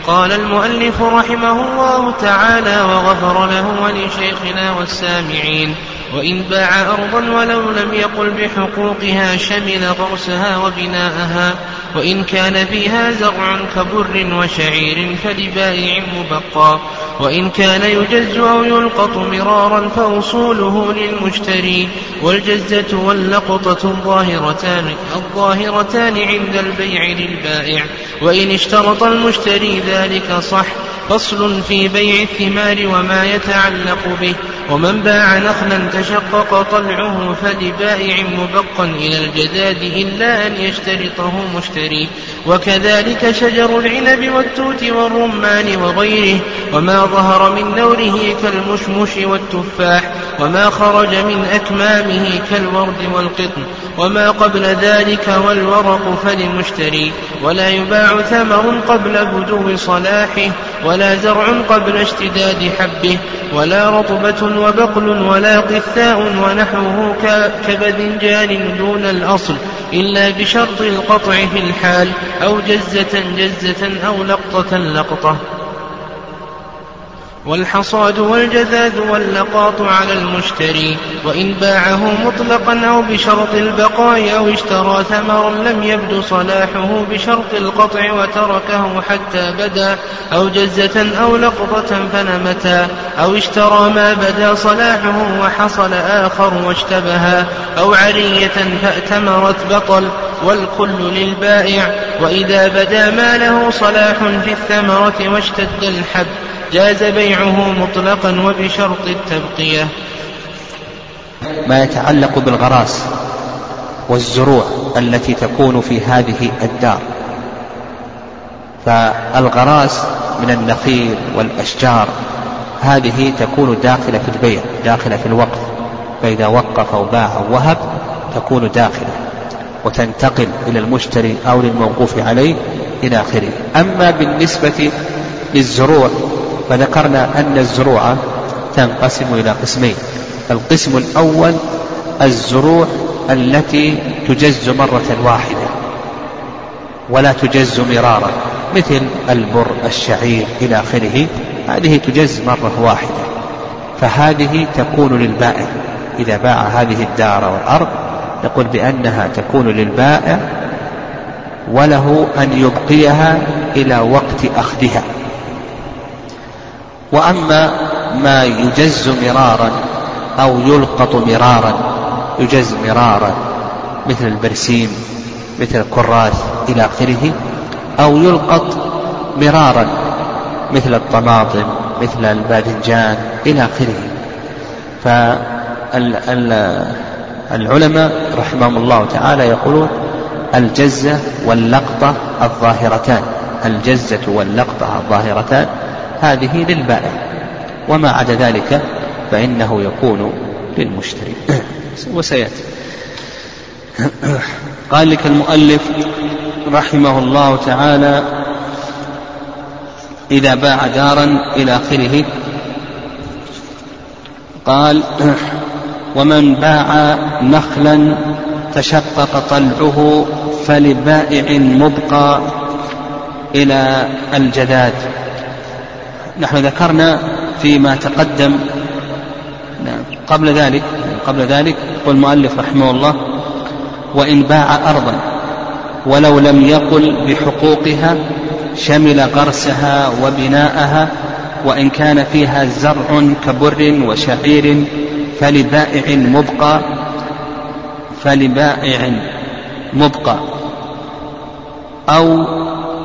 قال المؤلف رحمه الله تعالى وغفر له ولشيخنا والسامعين: وإن باع أرضا ولو لم يقل بحقوقها شمل غرسها وبناءها، وإن كان فيها زرع كبر وشعير فلبائع مبقى، وإن كان يجز أو يلقط مرارا فأصوله للمشتري، والجزة واللقطة الظاهرتان عند البيع للبائع، وإن اشترط المشتري ذلك صح. فصل في بيع الثمار وما يتعلق به: ومن باع نخلا تشقق طلعه فلبائع مبقا إلى الجداد إلا أن يشترطه مشتري، وكذلك شجر العنب والتوت والرمان وغيره، وما ظهر من نوره كالمشمش والتفاح، وما خرج من أكمامه كالورد والقطن، وما قبل ذلك والورق فلمشتري، ولا يباع ثمر قبل بدو صلاحه، ولا زرع قبل اشتداد حبه، ولا رطبة وبقل ولا قثاء ونحوه كبذنجان دون الأصل، إلا بشرط القطع في الحال، أو جزة أو لقطة. والحصاد والجذاذ واللقاط على المشتري، وإن باعه مطلقا أو بشرط البقاء، أو اشترى ثمرا لم يبدو صلاحه بشرط القطع وتركه حتى بدا، أو جزة أو لقطة فنمتا، أو اشترى ما بدا صلاحه وحصل آخر واشتبها، أو عرية فأتمرت بطل، والكل للبائع. وإذا بدا ما له صلاح في الثمرة واشتد الحب جاز بيعه مطلقا وبشرط التبقية. ما يتعلق بالغراس والزروع التي تكون في هذه الدار، فالغراس من النخيل والأشجار هذه تكون داخلة في البيع، داخلة في الوقف، فإذا وقف أو باع أو وهب تكون داخلة وتنتقل إلى المشتري أو للموقوف عليه إلى آخره. أما بالنسبة للزروع فذكرنا أن الزروع تنقسم إلى قسمين: القسم الأول الزروع التي تجز مرة واحدة ولا تجز مرارا، مثل البر، الشعير إلى آخره، هذه تجز مرة واحدة، فهذه تكون للبائع. إذا باع هذه الدار والأرض نقول بأنها تكون للبائع، وله أن يبقيها إلى وقت أخذها. وأما ما يجز مرارا أو يلقط مرارا، يجز مرارا مثل البرسيم، مثل الكراث إلى آخره، أو يلقط مرارا مثل الطماطم، مثل الباذنجان إلى آخره. فالعلماء رحمهم الله تعالى يقولون الجزة واللقطة الظاهرتان، الجزة واللقطة الظاهرتان هذه للبائع، وما عدا ذلك فإنه يكون للمشتري. وسيأتي. قال لك المؤلف رحمه الله تعالى: إذا باع دارا إلى آخره. قال: ومن باع نخلا تشقق طلعه فلبائع مبقى إلى الجداد. نحن ذكرنا فيما تقدم قبل ذلك قال المؤلف رحمه الله: وإن باع أرضا ولو لم يقل بحقوقها شمل غرسها وبناءها، وإن كان فيها زرع كبر وشعير فلبائع مبقى، أو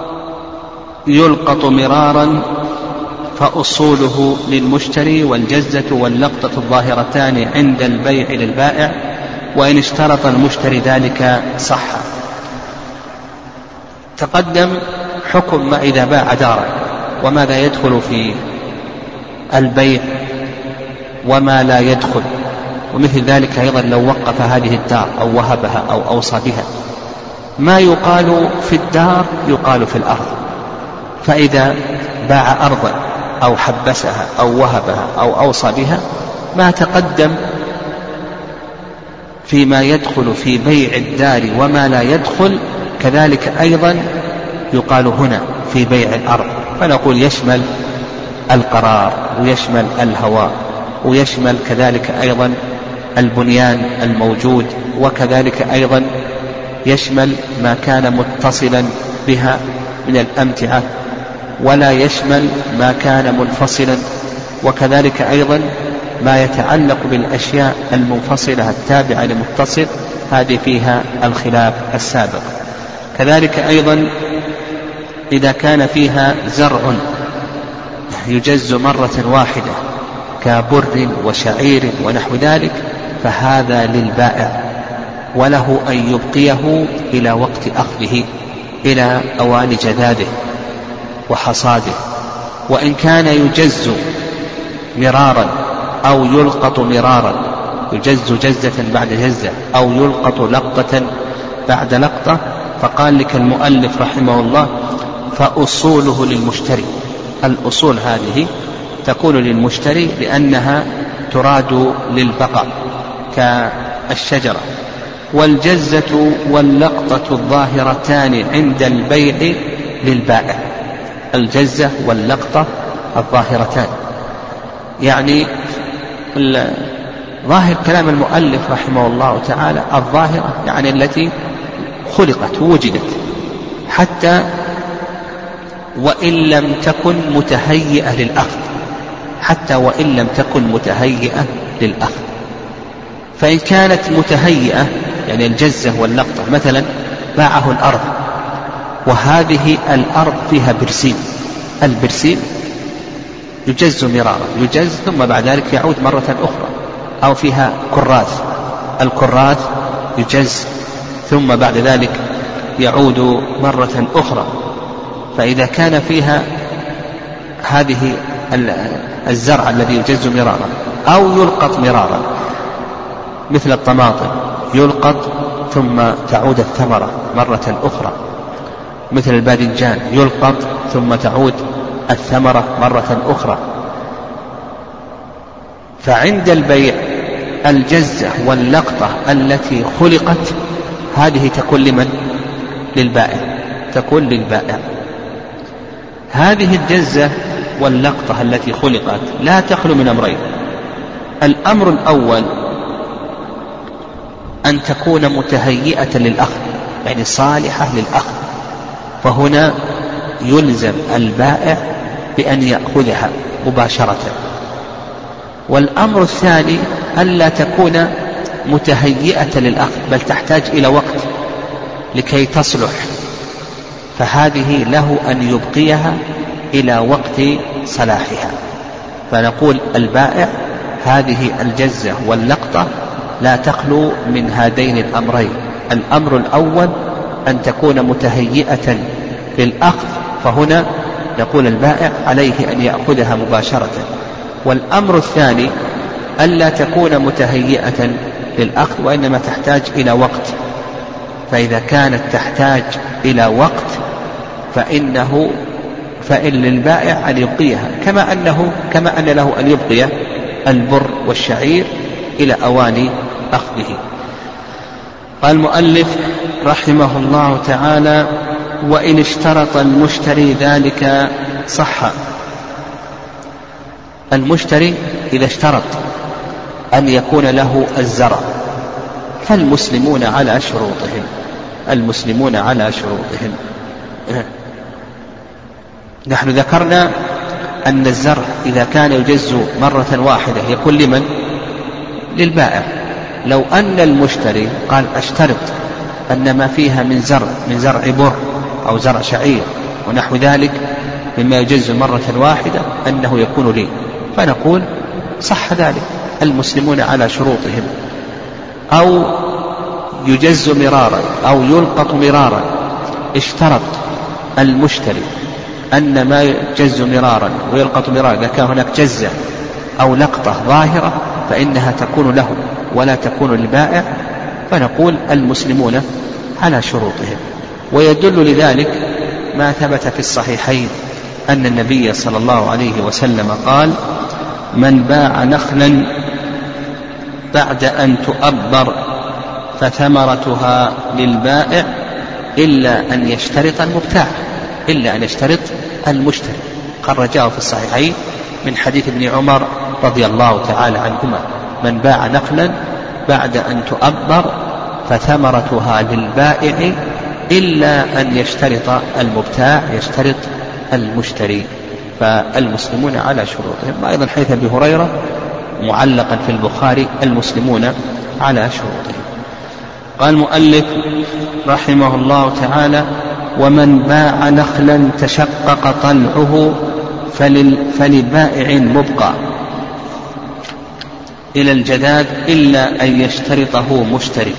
يلقط مرارا فأصوله للمشتري، والجزة واللقطة الظاهرتان عند البيع للبائع، وإن اشترط المشتري ذلك صح. تقدم حكم ما إذا باع دارا، وماذا يدخل في البيع وما لا يدخل، ومثل ذلك أيضا لو وقف هذه الدار أو وهبها أو أوصى بها، ما يقال في الدار يقال في الأرض. فإذا باع أرضا أو حبسها أو وهبها أو أوصى بها، ما تقدم فيما يدخل في بيع الدار وما لا يدخل كذلك أيضا يقال هنا في بيع الأرض. فنقول يشمل القرار ويشمل الهواء ويشمل كذلك أيضا البنيان الموجود، وكذلك أيضا يشمل ما كان متصلا بها من الأمتعة، ولا يشمل ما كان منفصلا، وكذلك أيضا ما يتعلق بالأشياء المنفصلة التابعة لمتصل، هذه فيها الخلاف السابق. كذلك أيضا إذا كان فيها زرع يجز مرة واحدة كبر وشعير ونحو ذلك، فهذا للبائع، وله أن يبقيه إلى وقت أخذه، إلى أوان جذاذه وحصاده. وإن كان يجز مرارا أو يلقط مرارا، يجز جزة بعد جزة أو يلقط لقطة بعد لقطة، فقال لك المؤلف رحمه الله فأصوله للمشتري. الأصول هذه تكون للمشتري لأنها تراد للبقاء كالشجرة. والجزة واللقطة الظاهرتان عند البيع للبائع. الجزة واللقطة الظاهرتان، يعني ظاهر كلام المؤلف رحمه الله تعالى الظاهرة يعني التي خلقت ووجدت، حتى وإن لم تكن متهيئة للأخذ، حتى وإن لم تكن متهيئة للأخذ. فإن كانت متهيئة يعني الجزة واللقطة، مثلا باعه الأرض وهذه الأرض فيها برسيم، البرسيم يجز مرارا، يجز ثم بعد ذلك يعود مرة أخرى، أو فيها كراث، الكراث يجز ثم بعد ذلك يعود مرة أخرى. فإذا كان فيها هذه الزرع الذي يجز مرارا أو يلقط مرارا، مثل الطماطم يلقط ثم تعود الثمرة مرة أخرى، مثل الباذنجان يلقط ثم تعود الثمرة مرة أخرى. فعند البيع الجزة واللقطة التي خلقت هذه تكون لمن؟ للبائع، تكون للبائع. هذه الجزة واللقطة التي خلقت لا تخلو من أمرين. الأمر الأول أن تكون متهيئة للأخذ، يعني صالحة للأخذ، فهنا يلزم البائع بأن يأخذها مباشرة. والأمر الثاني ألا تكون متهيئة للأخذ، بل تحتاج إلى وقت لكي تصلح، فهذه له أن يبقيها إلى وقت صلاحها. فنقول البائع هذه الجزة واللقطة لا تخلو من هذين الأمرين. الأمر الأول أن تكون متهيئة للأخذ، فهنا نقول البائع عليه أن يأخذها مباشرة. والأمر الثاني ألا تكون متهيئة للأخذ وإنما تحتاج إلى وقت، فإذا كانت تحتاج إلى وقت فإن للبائع أن يبقيها، كما أن له أن يبقي البر والشعير إلى أوان أخذه. قال المؤلف رحمه الله تعالى وإن اشترط المشتري ذلك صح. المشتري إذا اشترط أن يكون له الزرع، فالمسلمون على شروطهم، المسلمون على شروطهم. نحن ذكرنا أن الزرع إذا كان يجز مرة واحدة يكون لمن؟ للبائع. لو أن المشتري قال أشترط أن ما فيها من زرع بر أو زرع شعير ونحو ذلك مما يجز مرة واحدة أنه يكون لي، فنقول صح ذلك، المسلمون على شروطهم. أو يجز مرارا أو يلقط مرارا، اشترط المشتري أن ما يجز مرارا ويلقط مرارا إذا كان هناك جزة أو لقطة ظاهرة فإنها تكون له ولا تكون للبائع، فنقول المسلمون على شروطهم. ويدل لذلك ما ثبت في الصحيحين أن النبي صلى الله عليه وسلم قال من باع نخلا بعد أن تؤبر فثمرتها للبائع إلا أن يشترط المبتاع، إلا أن يشترط المشتري، خرجاه في الصحيحين من حديث ابن عمر رضي الله تعالى عنهما: من باع نخلا بعد أن تؤبر فثمرتها للبائع إلا أن يشترط المبتاع يشترط المشتري. فالمسلمون على شروطهم. أيضا حديث أبي هريرة معلقا في البخاري: المسلمون على شروطهم. قال المؤلف رحمه الله تعالى: ومن باع نخلا تشقق طلعه فلبائع مبقى إلى الجداد إلا أن يشترطه مشتري.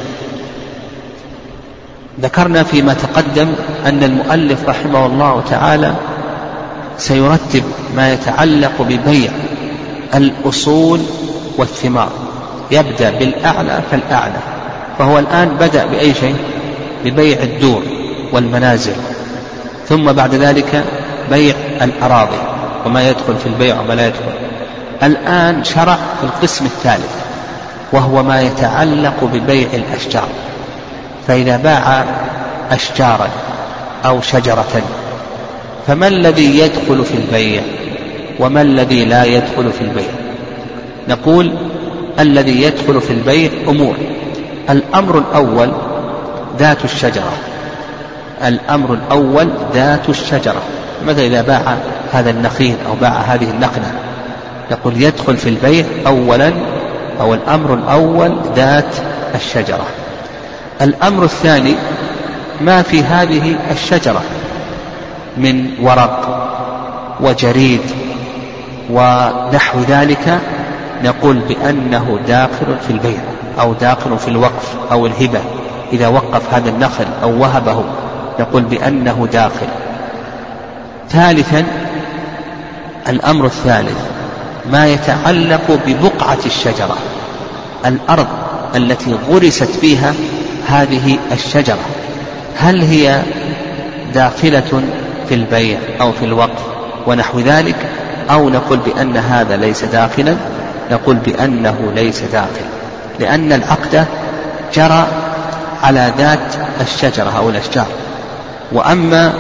ذكرنا فيما تقدم أن المؤلف رحمه الله تعالى سيرتب ما يتعلق ببيع الأصول والثمار، يبدأ بالأعلى فالأعلى. فهو الآن بدأ بأي شيء؟ ببيع الدور والمنازل، ثم بعد ذلك بيع الأراضي وما يدخل في البيع وما لا يدخل. الآن شرع في القسم الثالث وهو ما يتعلق ببيع الأشجار. فإذا باع أشجارا أو شجرة فما الذي يدخل في البيع وما الذي لا يدخل في البيع؟ نقول الذي يدخل في البيع أمور. الأمر الأول ذات الشجرة، الأمر الأول ذات الشجرة. مثلا إذا باع هذا النخيل أو باع هذه النخلة نقول يدخل في البيع أولا أو الأمر الأول ذات الشجرة. الأمر الثاني ما في هذه الشجرة من ورق وجريد ونحو ذلك، نقول بأنه داخل في البيع أو داخل في الوقف أو الهبة. إذا وقف هذا النخل أو وهبه نقول بأنه داخل. ثالثا الأمر الثالث ما يتعلق ببقعة الشجرة، الأرض التي غرست فيها هذه الشجرة، هل هي داخلة في البيع أو في الوقف ونحو ذلك، أو نقول بأن هذا ليس داخلا؟ نقول بأنه ليس داخل، لأن العقد جرى على ذات الشجرة أو الأشجار. وأما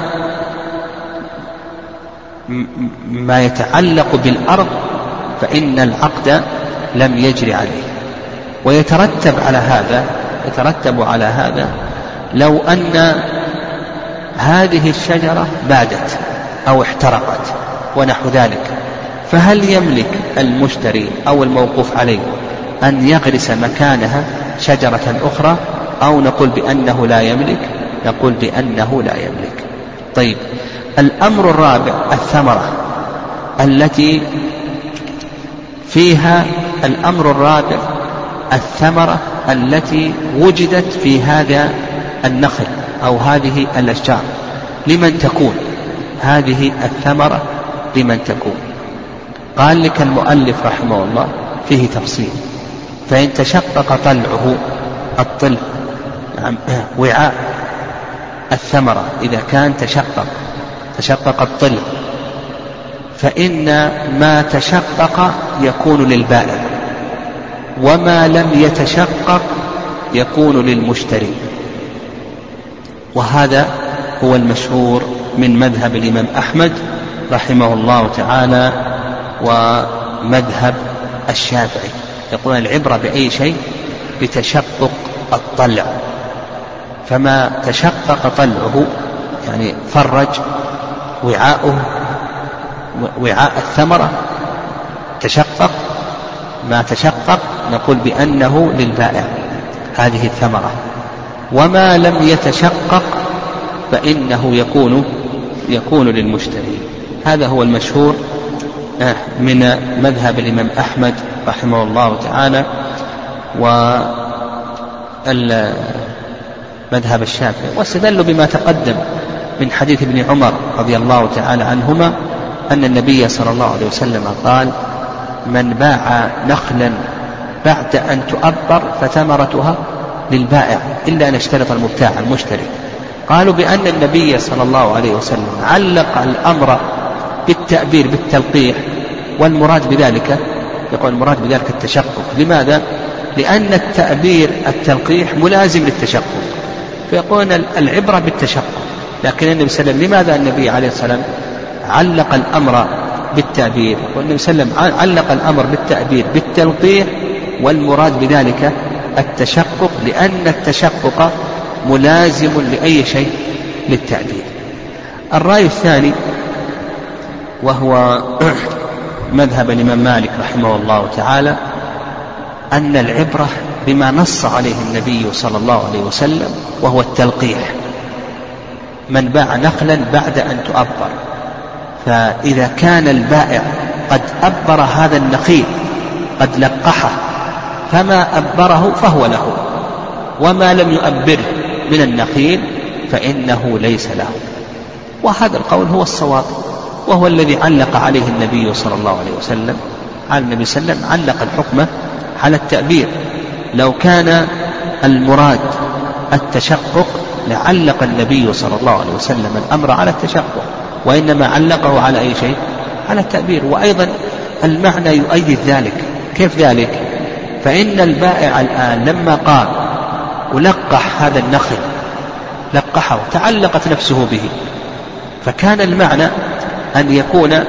ما يتعلق بالأرض فإن العقد لم يجري عليه. ويترتب على هذا لو أن هذه الشجرة بادت أو احترقت ونحو ذلك، فهل يملك المشتري أو الموقوف عليه أن يغرس مكانها شجرة أخرى، أو نقول بأنه لا يملك؟ نقول بأنه لا يملك. طيب، الأمر الرابع الثمرة التي فيها الثمرة التي وجدت في هذا النخل أو هذه الأشجار، لمن تكون هذه الثمرة؟ لمن تكون؟ قال لك المؤلف رحمه الله فيه تفصيل. فإن تشقق طلعه، الطل وعاء الثمرة إذا كان تشقق الطلع، فإن ما تشقق يكون للبائع، وما لم يتشقق يكون للمشتري. وهذا هو المشهور من مذهب الإمام أحمد رحمه الله تعالى ومذهب الشافعي، يقولون العبرة بأي شيء؟ بتشقق الطلع. فما تشقق طلعه يعني فرج وعاء الثمرة تشقق، ما تشقق نقول بأنه للبائع هذه الثمرة، وما لم يتشقق فإنه يكون للمشتري. هذا هو المشهور من مذهب الإمام أحمد رحمه الله تعالى ومذهب الشافعي. واستدلوا بما تقدم من حديث ابن عمر رضي الله تعالى عنهما أن النبي صلى الله عليه وسلم قال: من باع نخلا بعد أن تؤبر فثمرتها للبائع إلا أن اشترط المبتاع المشتري. قالوا بأن النبي صلى الله عليه وسلم علق الأمر بالتأبير بالتلقيح، والمراد بذلك يقول المراد بذلك التشقق. لماذا؟ لأن التأبير التلقيح ملازم للتشقق، فيقولون العبرة بالتشقق. لكن النبي صلى الله عليه وسلم لماذا النبي عليه الصلاة والسلام علق الأمر بالتعبير، والنبي صلى الله عليه وسلم علق الأمر بالتعبير بالتلقيح، والمراد بذلك التشقق، لأن التشقق ملازم لأي شيء للتعبير. الرأي الثاني وهو مذهب الإمام مالك رحمه الله تعالى، أن العبرة بما نص عليه النبي صلى الله عليه وسلم وهو التلقيح. من باع نخلا بعد أن تؤبر، فإذا كان البائع قد أبر هذا النخيل قد لقحه فما أبره فهو له، وما لم يؤبره من النخيل فإنه ليس له. وهذا القول هو الصواب، وهو الذي علق عليه النبي صلى الله عليه وسلم. على النبي صلى الله عليه وسلم علق الحكم على التأبير. لو كان المراد التشقق لعلق النبي صلى الله عليه وسلم الأمر على التشقق، وإنما علقه على أي شيء؟ على التأبير. وأيضا المعنى يؤيد ذلك. كيف ذلك؟ فإن البائع الآن لما قال ولقح هذا النخل، لقحه تعلقت نفسه به، فكان المعنى أن يكون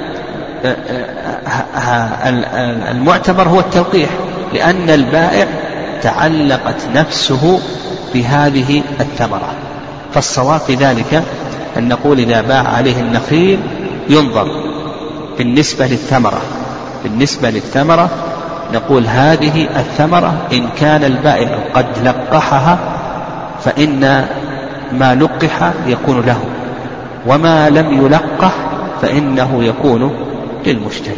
المعتبر هو التلقيح، لأن البائع تعلقت نفسه بهذه الثمرة. فالصواب في ذلك أن نقول إذا باع عليه النخيل ينظر بالنسبة للثمرة نقول هذه الثمرة إن كان البائع قد لقحها فإن ما لقح يكون له، وما لم يلقح فإنه يكون للمشتري،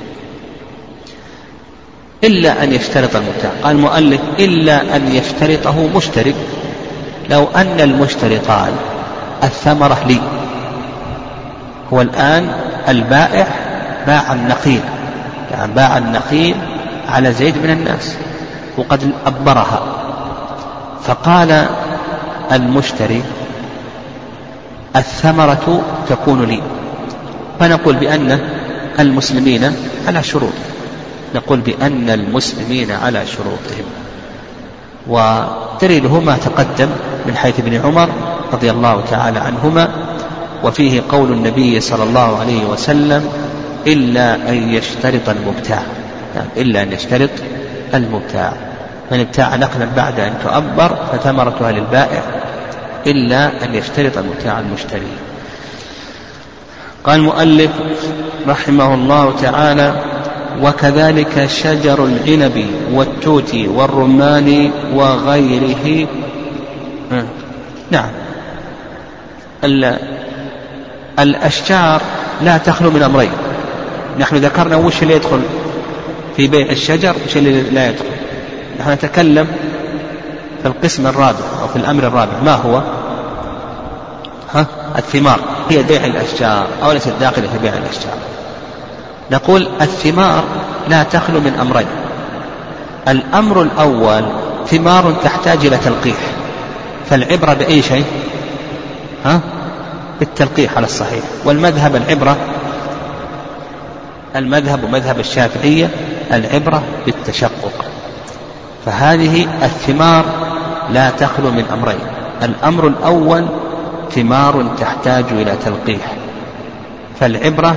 إلا أن يشترط المبتاع. قال المؤلف إلا أن يشترطه مشتري. لو أن المشتري قال الثمرة لي، هو الآن البائع باع النخيل، يعني باع النخيل على زيد من الناس وقد أبرها، فقال المشتري الثمرة تكون لي، فنقول بأن المسلمين على شروط، نقول بأن المسلمين على شروطهم. ودليله ما تقدم من حيث ابن عمر رضي الله تعالى عنهما، وفيه قول النبي صلى الله عليه وسلم إلا أن يشترط المبتاع، يعني إلا أن يشترط المبتاع. من ابتاع نخلا بعد أن تؤبر فثمرتها للبائع إلا أن يشترط المبتاع المشتري. قال المؤلف رحمه الله تعالى وكذلك شجر العنب والتوت والرمان وغيره. نعم، الأشجار لا تخلو من أمرين. نحن ذكرنا وش اللي يدخل في بيع الشجر وش اللي لا يدخل. نحن نتكلم في القسم الرابع أو في الأمر الرابع. ما هو؟ الثمار هي بيع الأشجار أو ليست داخلة في بيع الأشجار. نقول الثمار لا تخلو من أمرين. الأمر الأول ثمار تحتاج إلى تلقيح، فالعبرة بأي شيء؟ بالتلقيح على الصحيح. والمذهب العبرة، المذهب ومذهب الشافعية العبرة بالتشقق. فهذه الثمار لا تخلو من أمرين. الأمر الأول ثمار تحتاج إلى تلقيح، فالعبرة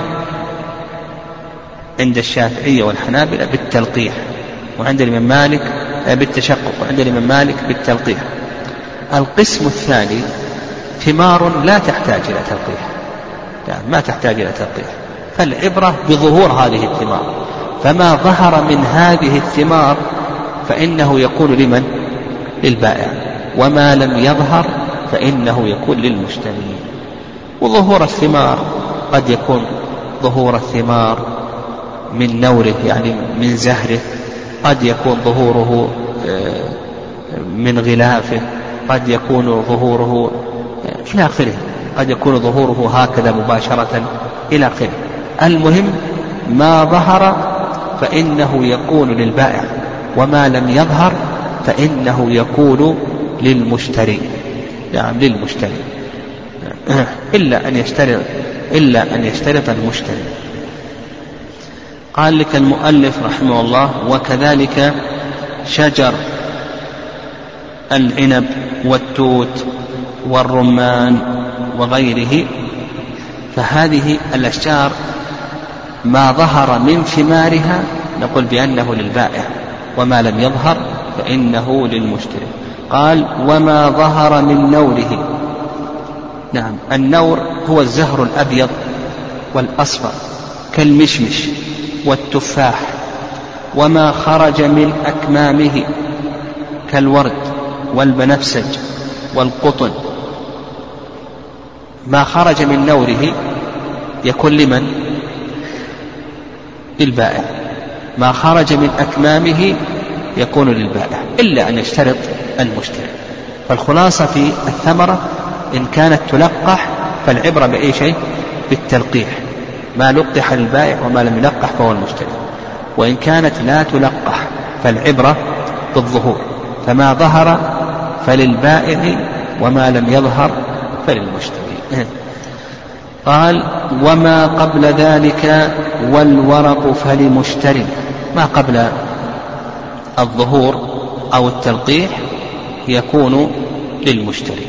عند الشافعية والحنابلة بالتلقيح، وعند الإمام مالك بالتشقق، وعند الإمام مالك بالتلقيح. القسم الثاني ثمار لا تحتاج إلى تلقيح، يعني ما تحتاج إلى تلقيح، فالعبرة بظهور هذه الثمار، فما ظهر من هذه الثمار فإنه يكون لمن؟ للبائع، وما لم يظهر فإنه يكون للمشتري. وظهور الثمار قد يكون ظهور الثمار من نوره، يعني من زهره، قد يكون ظهوره من غلافه، قد يكون ظهوره إلى آخره، قد يكون ظهوره هكذا مباشرة إلى آخره. المهم ما ظهر فإنه يكون للبائع، وما لم يظهر فإنه يكون للمشتري، يعني للمشتري، إلا أن يشترط المشتري. قال لك المؤلف رحمه الله وكذلك شجر العنب والتوت والرمان وغيره فهذه الأشجار ما ظهر من ثمارها نقول بأنه للبائع، وما لم يظهر فإنه للمشتري. قال وما ظهر من نوره. نعم، النور هو الزهر الأبيض والأصفر كالمشمش والتفاح، وما خرج من أكمامه كالورد والبنفسج والقطن. ما خرج من نوره يكون لمن؟ للبائع. ما خرج من أكمامه يكون للبائع إلا أن يشترط المشتري. فالخلاصة في الثمرة إن كانت تلقح فالعبرة بأي شيء؟ بالتلقيح. ما لقح للبائع وما لم يلقح فهو المشتري. وإن كانت لا تلقح فالعبرة بالظهور، فما ظهر فللبائع وما لم يظهر فللمشتري. قال وما قبل ذلك والورق فلمشتري. ما قبل الظهور أو التلقيح يكون للمشتري.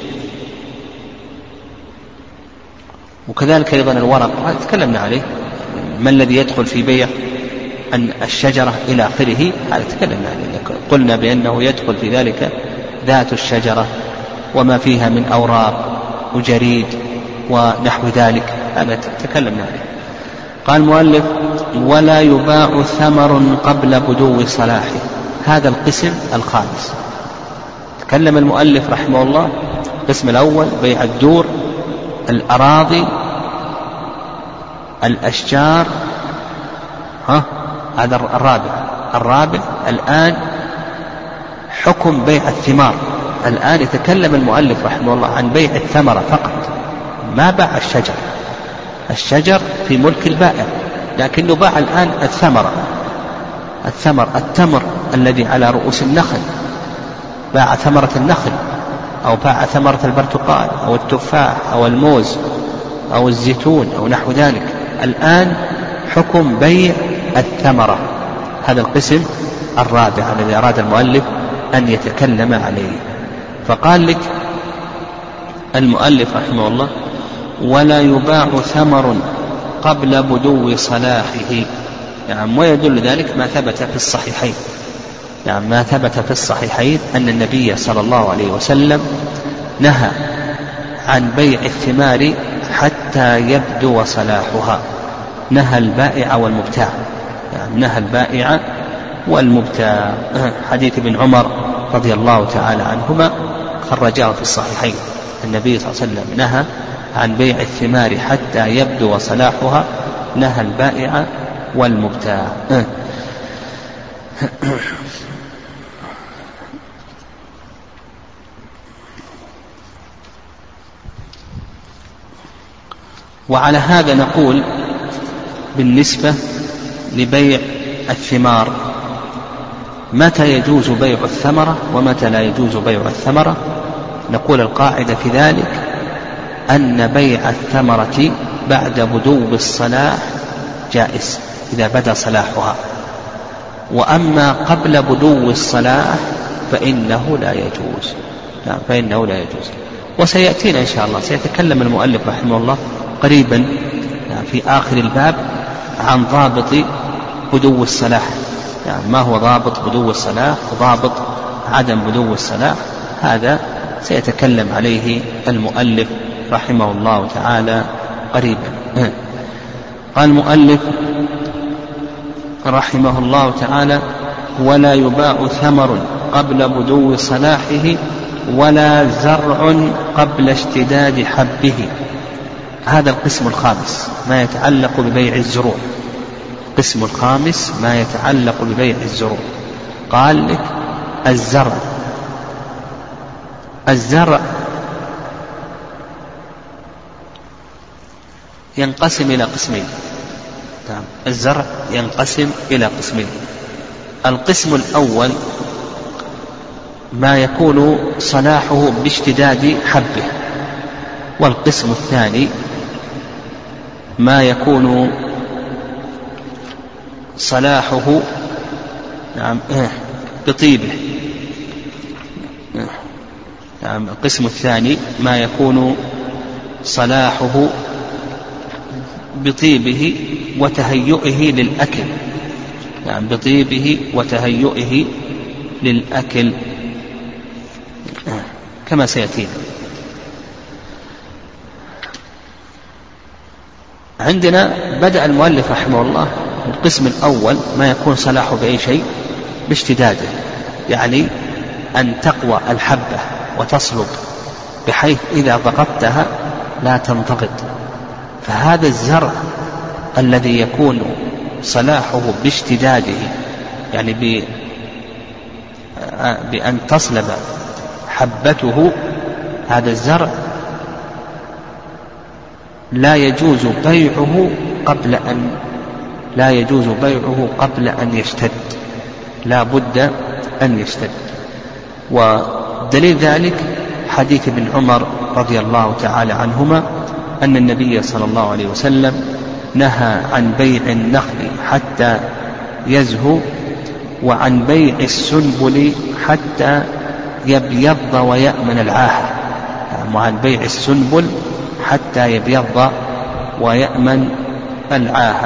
وكذلك أيضا الورق هذا تكلمنا عليه، ما الذي يدخل في بيع أن الشجرة إلى آخره، هذا تكلمنا عليه. قلنا بأنه يدخل في ذلك ذات الشجرة وما فيها من أوراق وجريد ونحو ذلك، هذا تكلمنا عليه. قال المؤلف ولا يباع ثمر قبل بدو صلاحه. هذا القسم الخامس. تكلم المؤلف رحمه الله القسم الأول بيع الدور، الأراضي، الأشجار، هذا الرابع. الآن حكم بيع الثمار. الآن يتكلم المؤلف رحمه الله عن بيع الثمرة فقط، ما باع الشجر. الشجر في ملك البائع، لكنه باع الآن التمر الذي على رؤوس النخل، باع ثمرة النخل، أو باع ثمرة البرتقال أو التفاح أو الموز أو الزيتون أو نحو ذلك. الآن حكم بيع الثمرة. هذا القسم الرابع الذي أراد المؤلف أن يتكلم عليه. فقال لك المؤلف رحمه الله ولا يباع ثمر قبل بدو صلاحه. يعني ويدل ذلك ما ثبت في الصحيحين. يعني ما ثبت في الصحيحين أن النبي صلى الله عليه وسلم نهى عن بيع الثمار حتى يبدو صلاحها. نهى البائع والمبتاع، يعني نهى البائع والمبتاع. حديث ابن عمر رضي الله تعالى عنهما خرجاه في الصحيحين. النبي صلى الله عليه وسلم نهى عن بيع الثمار حتى يبدو صلاحها، نهى البائع والمبتاع. وعلى هذا نقول بالنسبة لبيع الثمار متى يجوز بيع الثمرة ومتى لا يجوز بيع الثمرة. نقول القاعدة في ذلك أن بيع الثمرة بعد بدو الصلاح جائز إذا بدا صلاحها، وأما قبل بدو الصلاح فإنه لا يجوز. نعم، فإنه لا يجوز. وسيأتينا إن شاء الله، سيتكلم المؤلف رحمه الله قريبا في آخر الباب عن ضابط بدو الصلاح. يعني ما هو ضابط بدو الصلاح وضابط عدم بدو الصلاح، هذا سيتكلم عليه المؤلف رحمه الله تعالى قريبا. قال المؤلف رحمه الله تعالى ولا يباع ثمر قبل بدو صلاحه ولا زرع قبل اشتداد حبه. هذا القسم الخامس ما يتعلق ببيع الزروع. القسم الخامس ما يتعلق ببيع الزروع. قال لك الزرع ينقسم إلى قسمين. الزرع ينقسم إلى قسمين. القسم الأول ما يكون صلاحه باشتداد حبه، والقسم الثاني ما يكون صلاحه بطيبه. القسم الثاني ما يكون صلاحه بطيبه وتهيئه للأكل، يعني بطيبه وتهيئه للأكل كما سيأتينا. عندنا بدأ المؤلف رحمه الله القسم الأول ما يكون صلاحه بأي شيء باشتداده، يعني أن تقوى الحبة وتصلب بحيث إذا ضغطتها لا تنضغط. فهذا الزرع الذي يكون صلاحه باشتداده، يعني بأن تصلب حبته، هذا الزرع لا يجوز بيعه قبل أن يشتد، لا بد أن يشتد. ودليل ذلك حديث ابن عمر رضي الله تعالى عنهما أن النبي صلى الله عليه وسلم نهى عن بيع النخل حتى يزهو، وعن بيع السنبل حتى يبيض ويأمن العاهة، وعن بيع السنبل حتى يبيض ويأمن العاهة.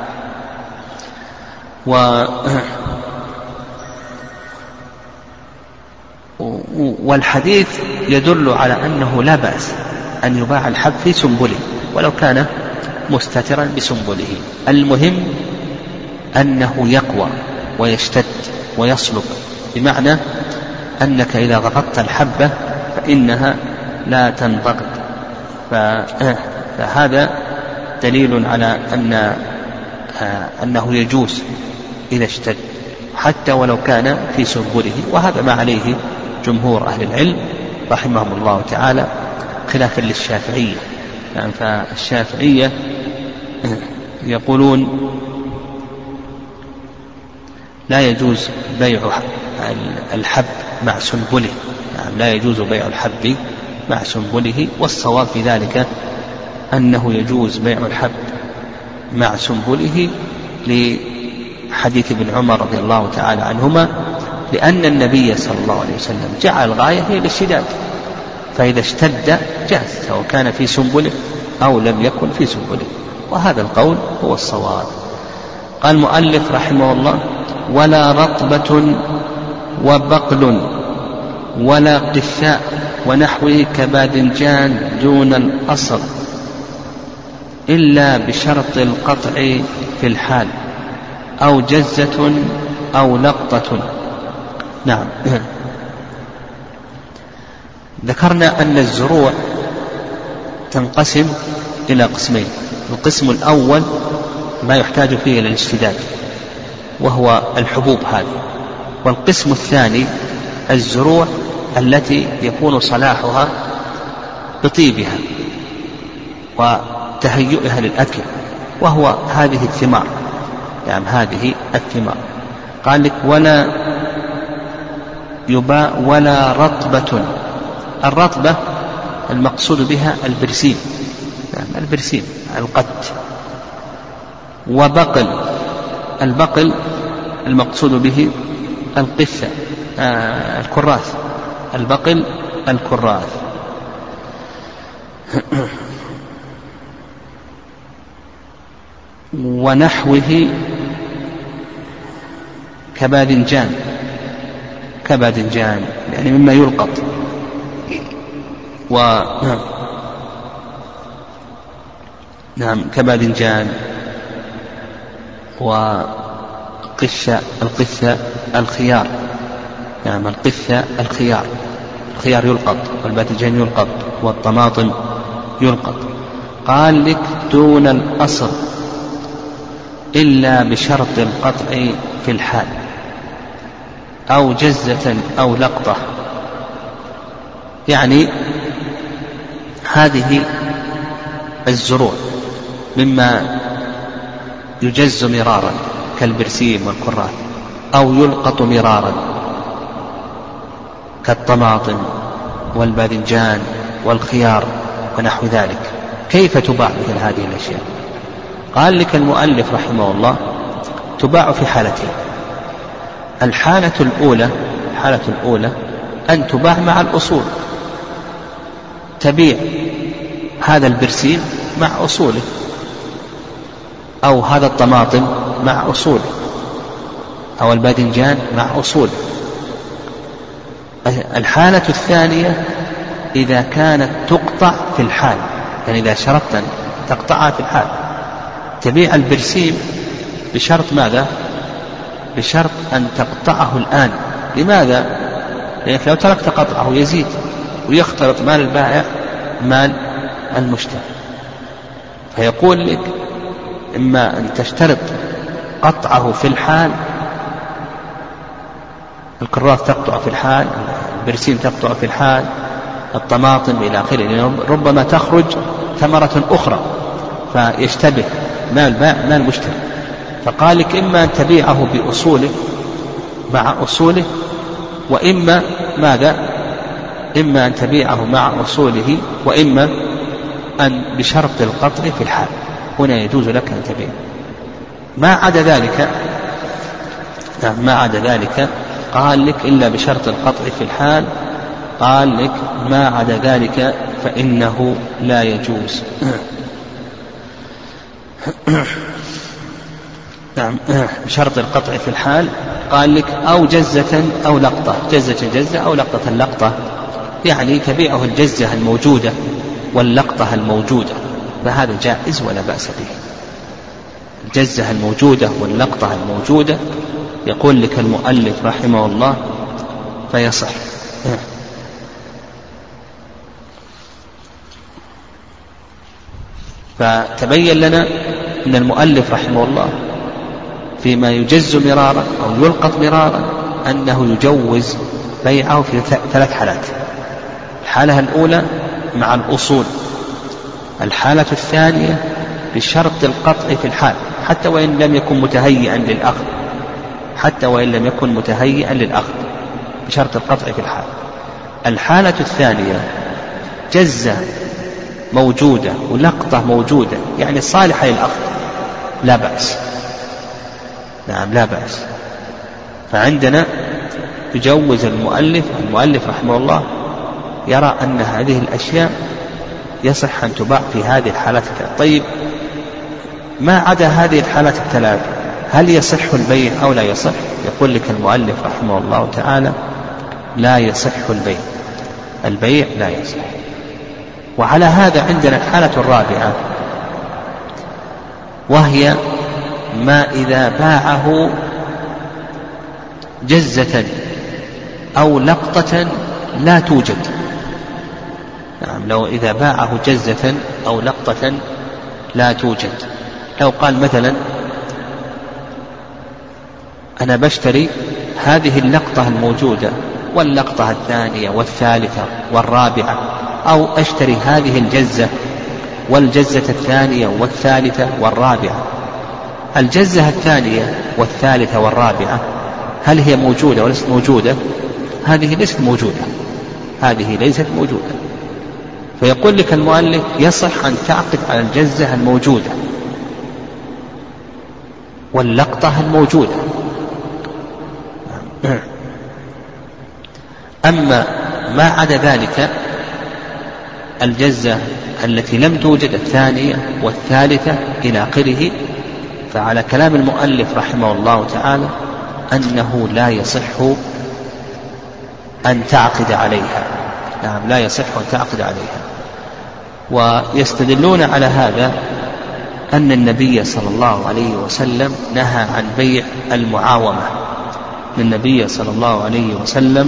والحديث يدل على أنه لا بأس أن يباع الحب في سنبله ولو كان مستترا بسنبله، المهم أنه يقوى ويشتد ويصلب، بمعنى أنك إذا ضغطت الحبة فإنها لا تنضغط. فهذا دليل على أنه يجوز إذا اشتد حتى ولو كان في سنبله، وهذا ما عليه جمهور أهل العلم رحمهم الله تعالى، خلافا للشافعية. يعني فالشافعية يقولون لا يجوز بيع الحب مع سنبله، يعني لا يجوز بيع الحب مع سنبله، والصواب في ذلك أنه يجوز بيع الحب مع سنبله لحديث ابن عمر رضي الله تعالى عنهما، لأن النبي صلى الله عليه وسلم جعل الغاية هي الاشتداد، فإذا اشتد جاز سواء كان في سنبله أو لم يكن في سنبله، وهذا القول هو الصواب. قال المؤلف رحمه الله: ولا رطبة وبقل ولا قثاء ونحوه كباذنجان دون الأصل إلا بشرط القطع في الحال أو جزة أو لقطة. نعم، ذكرنا أن الزروع تنقسم إلى قسمين. القسم الأول ما يحتاج فيه إلى الاشتداد وهو الحبوب هذه، والقسم الثاني الزروع التي يكون صلاحها بطيبها وتهيئها للأكل، وهو هذه الثمار، يعني هذه الثمار. قال لك: ولا يباع ولا رطبة. الرطبة المقصود بها البرسيم، يعني البرسيم القد. وبقل، البقل المقصود به القثة، الكراث، البقل الكراث. ونحوه كباذنجان، كباذنجان يعني مما يلقط. نعم، كباذنجان وقشة، القثة الخيار، نعم القثة الخيار، الخيار يلقط والباذنجان يلقط والطماطم يلقط. قال لك: دون الأصل إلا بشرط القطع في الحال أو جزة أو لقطة. يعني هذه الزروع مما يجز مرارا كالبرسيم والكراث، أو يلقط مرارا كالطماطم والباذنجان والخيار ونحو ذلك. كيف تباع مثل هذه الأشياء؟ قال لك المؤلف رحمه الله: تباع في حالتين. الحالة الأولى أن تباع مع الأصول، تبيع هذا البرسيم مع أصوله، أو هذا الطماطم مع أصوله، أو الباذنجان مع أصوله. الحالة الثانية إذا كانت تقطع في الحال، يعني إذا شرطت أن تقطعها في الحال، تبيع البرسيم بشرط ماذا؟ بشرط أن تقطعه الآن. لماذا؟ لأنك لو تركت قطعه يزيد ويختلط مال البائع مال المشتري. فيقول لك إما أن تشترط قطعه في الحال، الكراث تقطع في الحال، البرسيم تقطع في الحال، الطماطم إلى آخره، لأنه ربما تخرج ثمرة أخرى فيشتبه مال البائع مال المشتري. فقال لك إما أن تبيعه بأصوله مع أصوله، وإما ماذا؟ إما أن تبيعه مع أصوله، وإما أن بشرط القطع في الحال. هنا يجوز لك أن تبيع. ما عدا ذلك قال لك إلا بشرط القطع في الحال، قال لك ما عدا ذلك فإنه لا يجوز. نعم، بشرط القطع في الحال. قال لك أو جزة أو لقطة، جزة أو لقطة. اللقطة يعني تبيعه الجزة الموجودة واللقطة الموجودة، فهذا جائز ولا بأس به. الجزة الموجودة واللقطة الموجودة يقول لك المؤلف رحمه الله فيصح. فتبين لنا أن المؤلف رحمه الله فيما يجز مرارا أو يلقط مرارا أنه يجوز بيعه في 3 حالات. الحالة الأولى مع الأصول، الحالة الثانية بشرط القطع في الحال حتى وإن لم يكن متهيئا للأخذ، بشرط القطع في الحال. الحالة الثانية جزة موجودة ولقطة موجودة، يعني صالحة للأخذ، لا بأس. نعم، لا بأس. فعندنا يجوز المؤلف رحمه الله يرى أن هذه الأشياء يصح أن تباع في هذه الحالات الثلاث. طيب، ما عدا هذه الحالات الثلاث هل يصح البيع أو لا يصح؟ يقول لك المؤلف رحمه الله تعالى لا يصح البيع لا يصح. وعلى هذا عندنا الحالة الرابعة، وهي ما إذا باعه جزة أو لقطة لا توجد. نعم، لو إذا باعه جزة أو لقطة لا توجد، لو قال مثلا أنا بشتري هذه اللقطة الموجودة واللقطة الثانية والثالثة والرابعة، أو أشتري هذه الجزة والجزة الثانية والثالثة والرابعة. الجزة الثانية والثالثة والرابعة هل هي موجودة وليست موجودة؟ هذه ليست موجودة. فيقول لك المؤلف يصح أن تعقد على الجزة الموجودة واللقطة الموجودة. أما ما عدا ذلك، الجزة التي لم توجد، الثانية والثالثة إلى آخره، فعلى كلام المؤلف رحمه الله تعالى أنه لا يصح أن تعقد عليها. نعم، لا يصح أن تعقد عليها. ويستدلون على هذا أن النبي صلى الله عليه وسلم نهى عن بيع المعاومة. النبي صلى الله عليه وسلم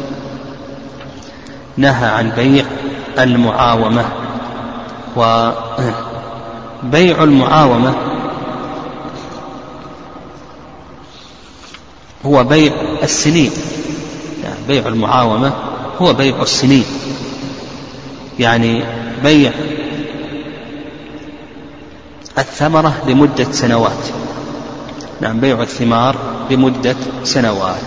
نهى عن بيع المعاومة. وبيع المعاومة هو بيع السنين، يعني بيع المعاومة هو بيع السنين، يعني بيع الثمرة لمدة سنوات. نعم، بيع الثمار لمدة سنوات.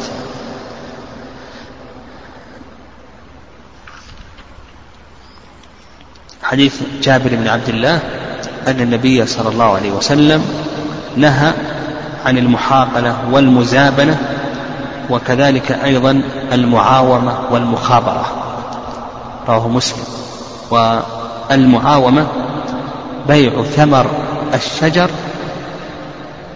حديث جابر بن عبد الله أن النبي صلى الله عليه وسلم نهى عن المحاقلة والمزابنة، وكذلك أيضا المعاومة والمخابرة، رواه مسلم. والمعاومة بيع ثمر الشجر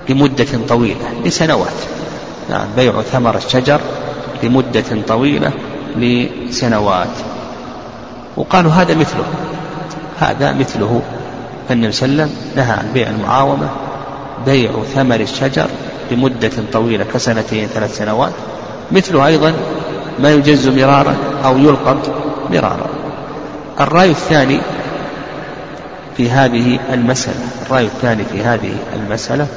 لمدة طويلة لسنوات. نعم، بيع ثمر الشجر لمدة طويلة لسنوات. وقالوا هذا مثله النبي صلى الله عليه وسلم نهى عن بيع المعاومة، بيع ثمر الشجر لمدة طويلة كسنتين 3 سنوات، مثله أيضا ما يجز مرارا أو يلقط مرارا. الرأي الثاني في هذه المسألة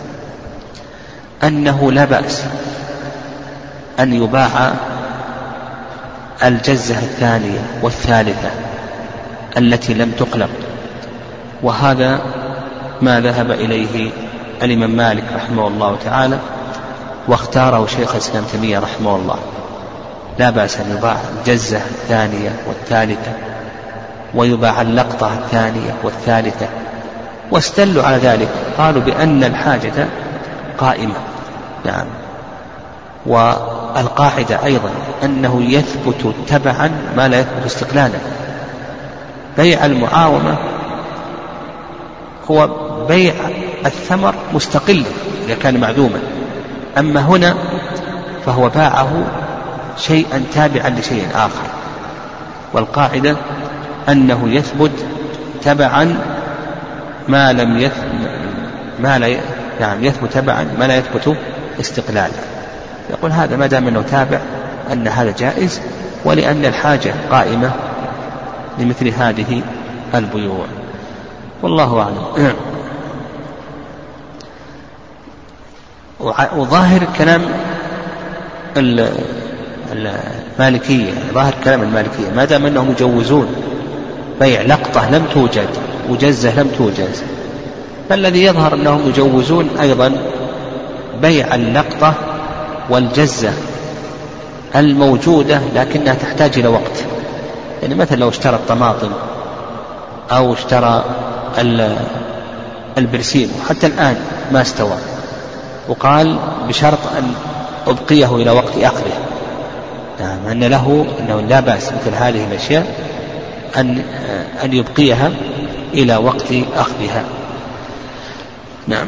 أنه لا بأس أن يباع الجزة الثانية والثالثة التي لم تقلب، وهذا ما ذهب إليه الإمام مالك رحمه الله تعالى، واختاره شيخ الإسلام تيمية رحمه الله. لا بأس أن يباع الجزة الثانية والثالثة، ويباع اللقطة الثانية والثالثة، واستدلوا على ذلك، قالوا بأن الحاجة قائمة. نعم، والقاعدة أيضا أنه يثبت تبعا ما لا يثبت استقلالا. بيع المعاومة هو بيع الثمر مستقلا إذا كان معدوما، أما هنا فهو باعه شيئا تابعا لشيء آخر، والقاعدة أنه يثبت تبعا ما لا يثبت استقلالا. يقول هذا ما دام أنه تابع أن هذا جائز، ولأن الحاجة قائمة لمثل هذه البيوع، والله أعلم. وظاهر كلام المالكية، ما دام أنهم يجوزون بيع لقطة لم توجد وجزة لم توجز، فالذي يظهر أنهم يجوزون أيضا بيع اللقطة والجزة الموجودة لكنها تحتاج إلى وقت. يعني مثلا لو اشترى الطماطم أو اشترى البرسيم حتى الآن ما استوى، وقال بشرط أن أبقيه إلى وقت أخذه، نعم، أنه لا بأس مثل هذه الأشياء أن يبقيها إلى وقت أخذها. نعم.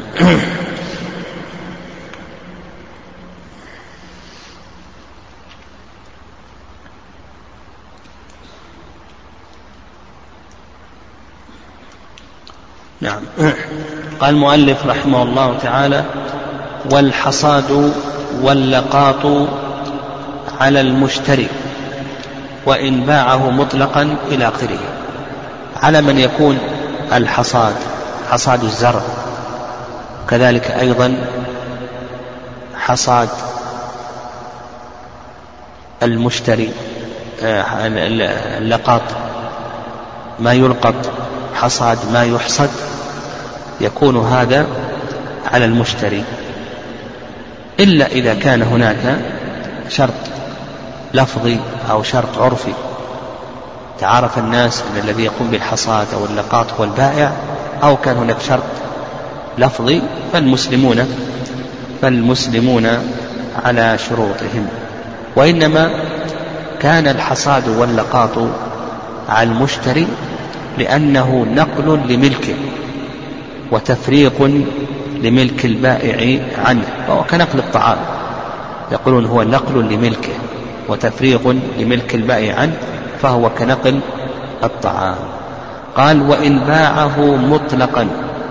نعم. قال المؤلف رحمه الله تعالى: والحصاد واللقاط على المشتري وإن باعه مطلقا إلى آخره. على من يكون الحصاد، حصاد الزرع، كذلك أيضا حصاد المشتري، اللقاط ما يلقط، حصاد ما يحصد، يكون هذا على المشتري، إلا إذا كان هناك شرط لفظي أو شرط عرفي، تعارف الناس أن الذي يقوم بالحصاد أو اللقاط هو البائع، أو كان هناك شرط لفظي، فالمسلمون على شروطهم. وإنما كان الحصاد واللقاط على المشتري لأنه نقل لملكه وتفريق لملك البائع عنه، وهو كنقل الطعام، يقولون هو نقل لملكه وتفريق لملك البائع عنه، فهو كنقل الطعام. قال: وإن باعه مطلقا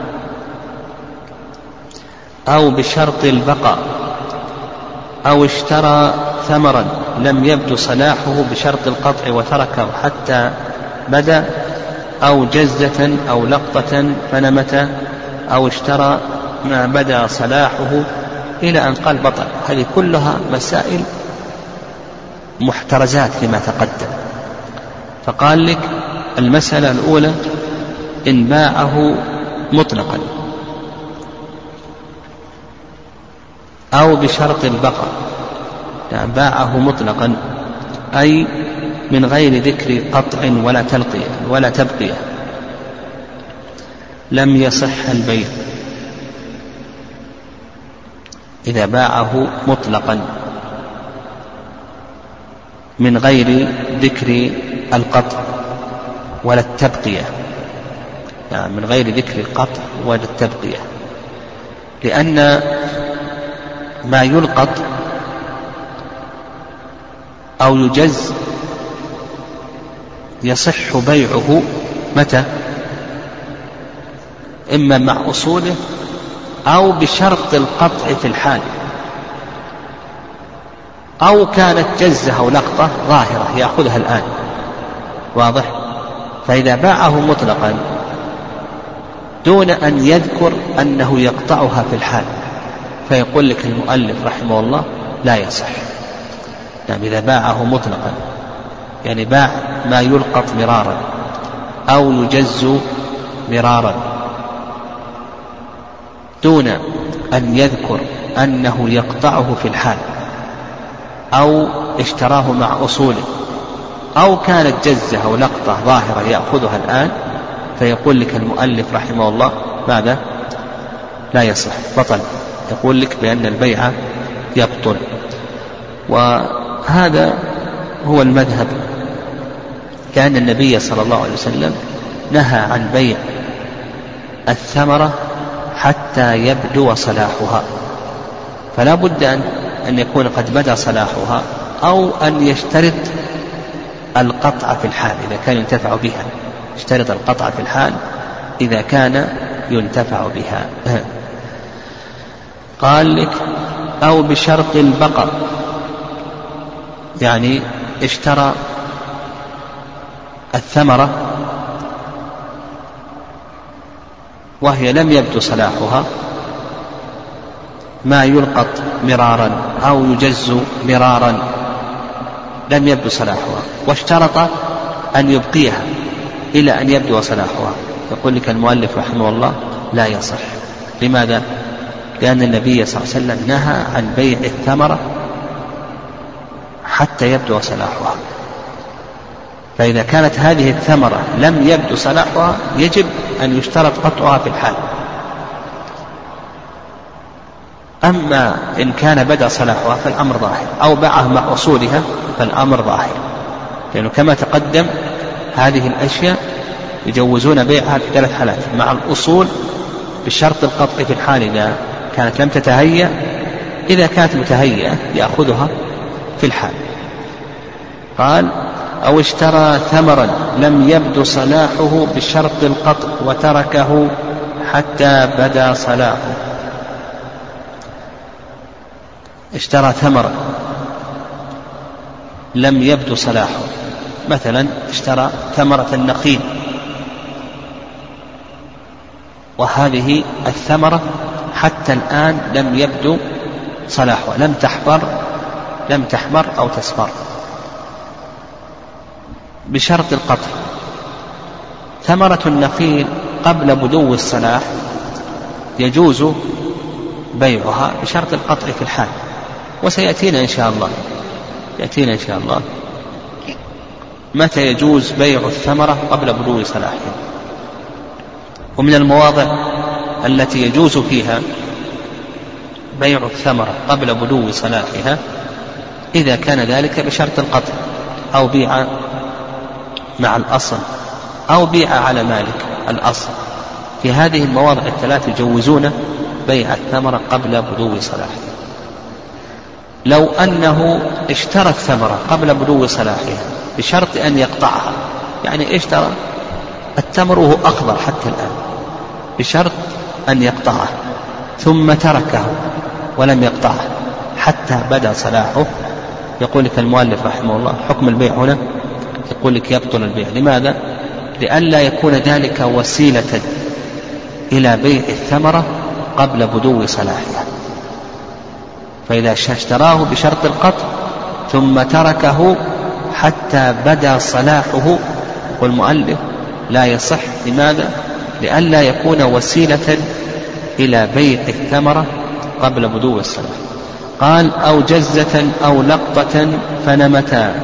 أو بشرط البقاء أو اشترى ثمرا لم يبدو صلاحه بشرط القطع وتركه حتى بدا، أو جزة أو لقطة فنمت، أو اشترى ما بدا صلاحه إلى أن قال بطل. هذه كلها مسائل محترزات لما تقدم. فقال لك المسألة الأولى: إن باعه مطلقا أو بشرط البقاء، يعني باعه مطلقا أي من غير ذكر قطع ولا تبقية، لم يصح البيع. إذا باعه مطلقا من غير ذكر القطع ولا التبقية، يعني من غير ذكر القطع ولا التبقية، لأن ما يلقط أو يجز يصح بيعه متى؟ إما مع أصوله أو بشرط القطع في الحال، أو كانت جزة أو لقطة ظاهرة يأخذها الآن، واضح؟ فإذا باعه مطلقا دون أن يذكر أنه يقطعها في الحال فيقول لك المؤلف رحمه الله لا يصح. يعني إذا باعه مطلقا، يعني باع ما يلقط مرارا أو يجز مرارا دون أن يذكر أنه يقطعه في الحال، أو اشتراه مع أصوله، أو كانت جزة أو لقطة ظاهرة يأخذها الآن، فيقول لك المؤلف رحمه الله ماذا؟ لا يصح، بطل. يقول لك بأن البيع يبطل. وهذا هو المذهب، كأن النبي صلى الله عليه وسلم نهى عن بيع الثمرة حتى يبدو صلاحها، فلا بد أن يكون قد بدا صلاحها، أو أن يشترط القطع في الحال إذا كان ينتفع بها، اشترط القطع في الحال إذا كان ينتفع بها. قال لك أو بشرط البقاء، يعني اشترى الثمرة وهي لم يبدو صلاحها، ما يلقط مرارا أو يجز مرارا لم يبدو صلاحها، واشترط أن يبقيها إلى أن يبدو صلاحها، يقول لك المؤلف رحمه الله لا يصح. لماذا؟ لأن النبي صلى الله عليه وسلم نهى عن بيع الثمرة حتى يبدو صلاحها، فإذا كانت هذه الثمرة لم يبدو صلاحها يجب أن يشترط قطعها في الحال. أما إن كان بدا صلاحها فالأمر ظاهر، أو باعه مع أصولها فالأمر ظاهر، لأنه كما تقدم هذه الأشياء يجوزون بيعها في 3 حالات: مع الأصول بشرط القطع في الحال إذا كانت لم تتهيأ، إذا كانت متهيئة يأخذها في الحال. قال أو اشترى ثمرا لم يبدو صلاحه بشرط القطع وتركه حتى بدا صلاحه. اشترى ثمرا لم يبدو صلاحه، مثلا اشترى ثمرة النخيل، وهذه الثمرة حتى الآن لم يبدو صلاحها، لم تحمر أو تصفر، بشرط القطع. ثمرة النخيل قبل بدو الصلاح يجوز بيعها بشرط القطع في الحال، وسيأتينا إن شاء الله متى يجوز بيع الثمرة قبل بدو صلاحها. ومن المواضع التي يجوز فيها بيع الثمرة قبل بدو صلاحها إذا كان ذلك بشرط القطع، أو بيع مع الأصل، أو بيع على مالك الأصل. في هذه المواضع الثلاث يجوزون بيع الثمرة قبل بدو صلاحها. لو أنه اشترى الثمرة قبل بدو صلاحها بشرط أن يقطعها، يعني اشترى التمر وهو أخضر حتى الآن بشرط أن يقطعه، ثم تركه ولم يقطعه حتى بدا صلاحه، يقول لك المؤلف رحمه الله حكم البيع هنا يقول لك يبطل البيع. لماذا؟ لئلا يكون ذلك وسيلة إلى بيع الثمرة قبل بدو صلاحها. فإذا اشتراه بشرط القطع ثم تركه حتى بدا صلاحه، يقول المؤلف لا يصح. لماذا؟ لئلا يكون وسيلة إلى بيع الثمرة قبل بدو الصلاح. قال أو جزة أو لقطة فنمتا،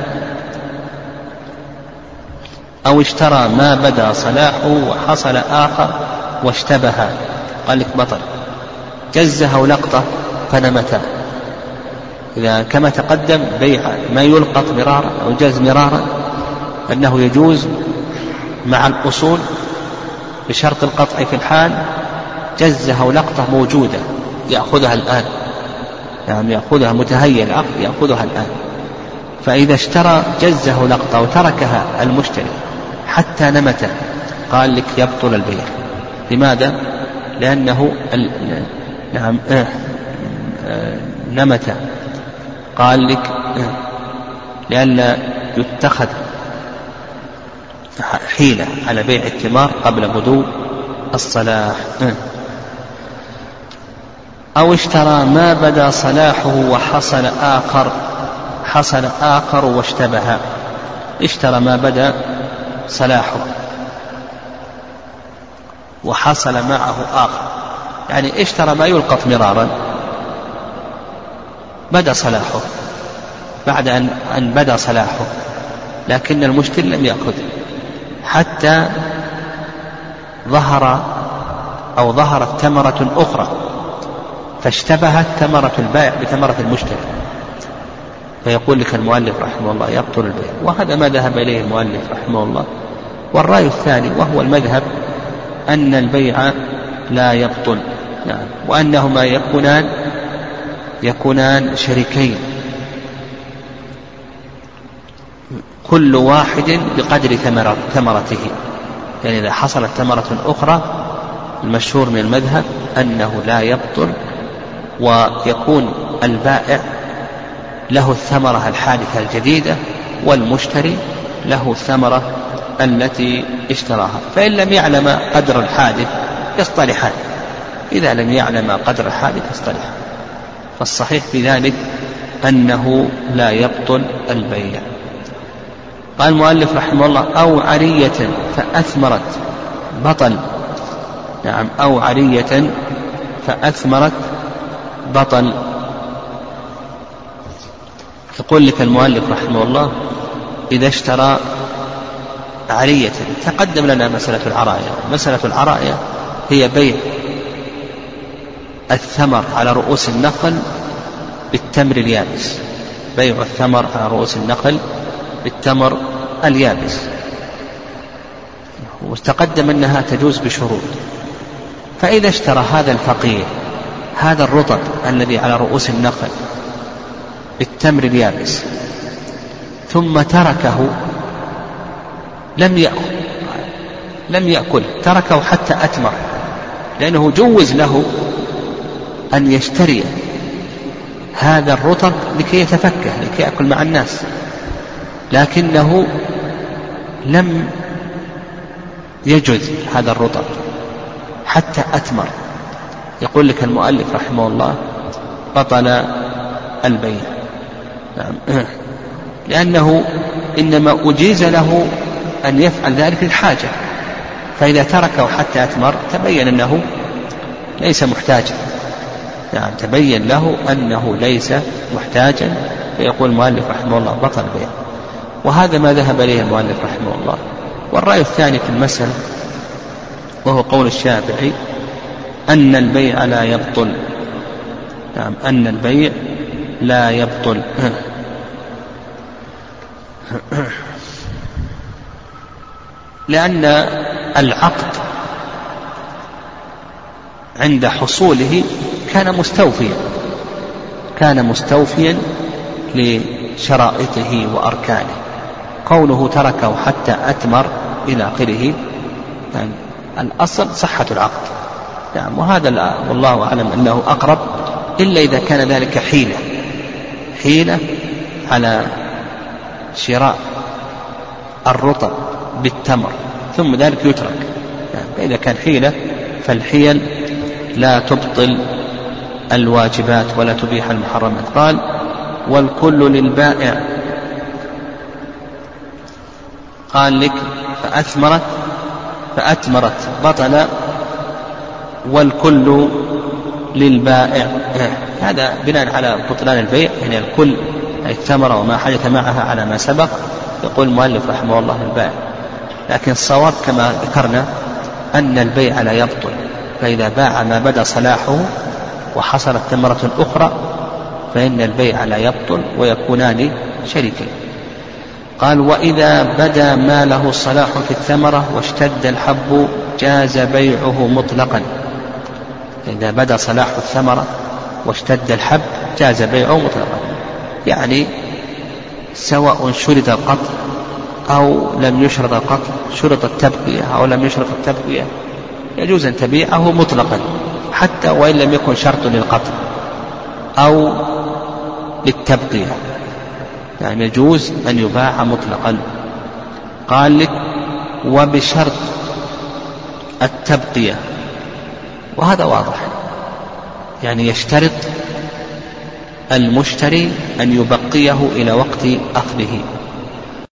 أو اشترى ما بدا صلاحه وحصل آخر واشتبها، قال لك بطل. جزة أو لقطة فنمتا، إذا كما تقدم بيع ما يلقط مرارا أو جز مرارا أنه يجوز مع الأصول بشرط القطع في الحال. جزة أو لقطة موجودة يأخذها الآن، يعني يأخذها متهيئ العقد يأخذها الآن. فإذا اشترى جزه لقطة وتركها المشتري حتى نمت، قال لك يبطل البيع. لماذا؟ لأنه نمت، قال لك لئلا يتخذ حيلة على بيع الثمار قبل بدو الصلاح. أو اشترى ما بدا صلاحه حصل آخر واشتبه. اشترى ما بدا صلاحه وحصل معه آخر، يعني اشترى ما يلقط مرارا بدا صلاحه بعد أن بدا صلاحه، لكن المشتري لم يأخذ حتى ظهرت ثمرة أخرى فاشتبهت ثمرة البائع بثمرة المشتري، فيقول لك المؤلف رحمه الله يبطل البيع. وهذا ما ذهب إليه المؤلف رحمه الله. والرأي الثاني وهو المذهب أن البيع لا يبطل، وأنهما يكونان شريكين، كل واحد بقدر ثمرته. يعني إذا حصلت ثمرة أخرى المشهور من المذهب أنه لا يبطل، ويكون البائع له الثمرة الحادثة الجديدة والمشتري له الثمرة التي اشتراها. فإن لم يعلم قدر الحادث يصطلحان، إذا لم يعلم قدر الحادث يصطلحان. فالصحيح في ذلك أنه لا يبطل البيع. قال المؤلف رحمه الله أو عرية فأثمرت بطل. نعم، أو عرية فأثمرت بطل. يقول لك المؤلف رحمه الله إذا اشترى عرية، تقدم لنا مسألة العراية. مسألة العراية هي بيع الثمر على رؤوس النخل بالتمر اليابس، بيع الثمر على رؤوس النخل بالتمر اليابس. وتقدم أنها تجوز بشروط. فإذا اشترى هذا الفقير هذا الرطب الذي على رؤوس النخل بالتمر اليابس ثم تركه لم يأكل، تركه حتى أتمر، لأنه جوز له أن يشتري هذا الرطب لكي يتفكه، لكي يأكل مع الناس، لكنه لم يجوز هذا الرطب حتى أتمر. يقول لك المؤلف رحمه الله بطل البيع، لأنه إنما أجيز له أن يفعل ذلك للحاجة، فإذا تركه حتى أتمر تبين أنه ليس محتاجا. نعم، تبين له أنه ليس محتاجا، فيقول المؤلف رحمه الله بطل البيع. وهذا ما ذهب إليه المؤلف رحمه الله. والرأي الثاني في المسألة وهو قول الشافعي أن البيع لا يبطل. نعم، أن البيع لا يبطل لأن العقد عند حصوله كان مستوفيا لشرائطه وأركانه. كونه تركه حتى أتمر إلى آخره يعني الأصل صحة العقد. نعم، وهذا والله أعلم أنه أقرب، إلا إذا كان ذلك حيلة على شراء الرطب بالتمر ثم ذلك يترك. يعني فإذا كان حيلة فالحيل لا تبطل الواجبات ولا تبيح المحرمات. قال والكل للبائع، قال لك فأثمرت بطل والكل للبائع. هذا بناء على بطلان البيع، يعني الكل أي الثمرة وما حدث معها على ما سبق. يقول المؤلف رحمه الله البائع، لكن الصواب كما ذكرنا أن البيع لا يبطل، فإذا باع ما بدا صلاحه وحصلت ثمرة أخرى فإن البيع لا يبطل ويكونان شريكين. قال وإذا بدا ما له صلاح في الثمرة واشتد الحب جاز بيعه مطلقا. إذا بدا صلاح الثمرة واشتد الحب جاز بيعه مطلقا، يعني سواء شرط القطع أو لم يشرط القطع، شرط التبقية أو لم يشرط التبقية، يجوز أن تبيعه مطلقا حتى وإن لم يكن شرط للقطع أو للتبقية، يعني يجوز أن يباع مطلقا. قال لك وبشرط التبقية، وهذا واضح، يعني يشترط المشتري أن يبقيه إلى وقت أخذه،